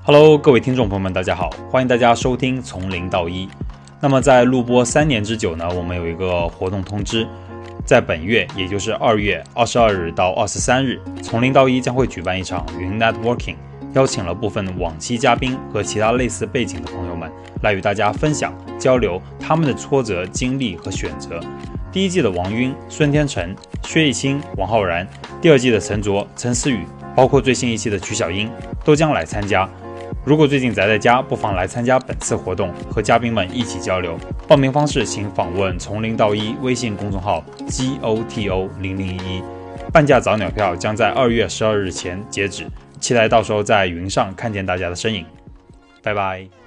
Hello， 各位听众朋友们，大家好，欢迎大家收听从零到一。那么在录播3年之久呢，我们有一个活动通知，在本月，也就是2月22日到23日，从零到一将会举办一场云 Networking， 邀请了部分往期嘉宾和其他类似背景的朋友们来与大家分享交流他们的挫折经历和选择。第一季的王晕、孙天成、薛逸清、王浩然，第二季的陈卓、陈思雨，包括最新一期的曲小英都将来参加。如果最近宅在家，不妨来参加本次活动，和嘉宾们一起交流。报名方式请访问从零到一微信公众号 GOTO0011， 半价早鸟票将在2月12日前截止，期待到时候在云上看见大家的身影。拜拜。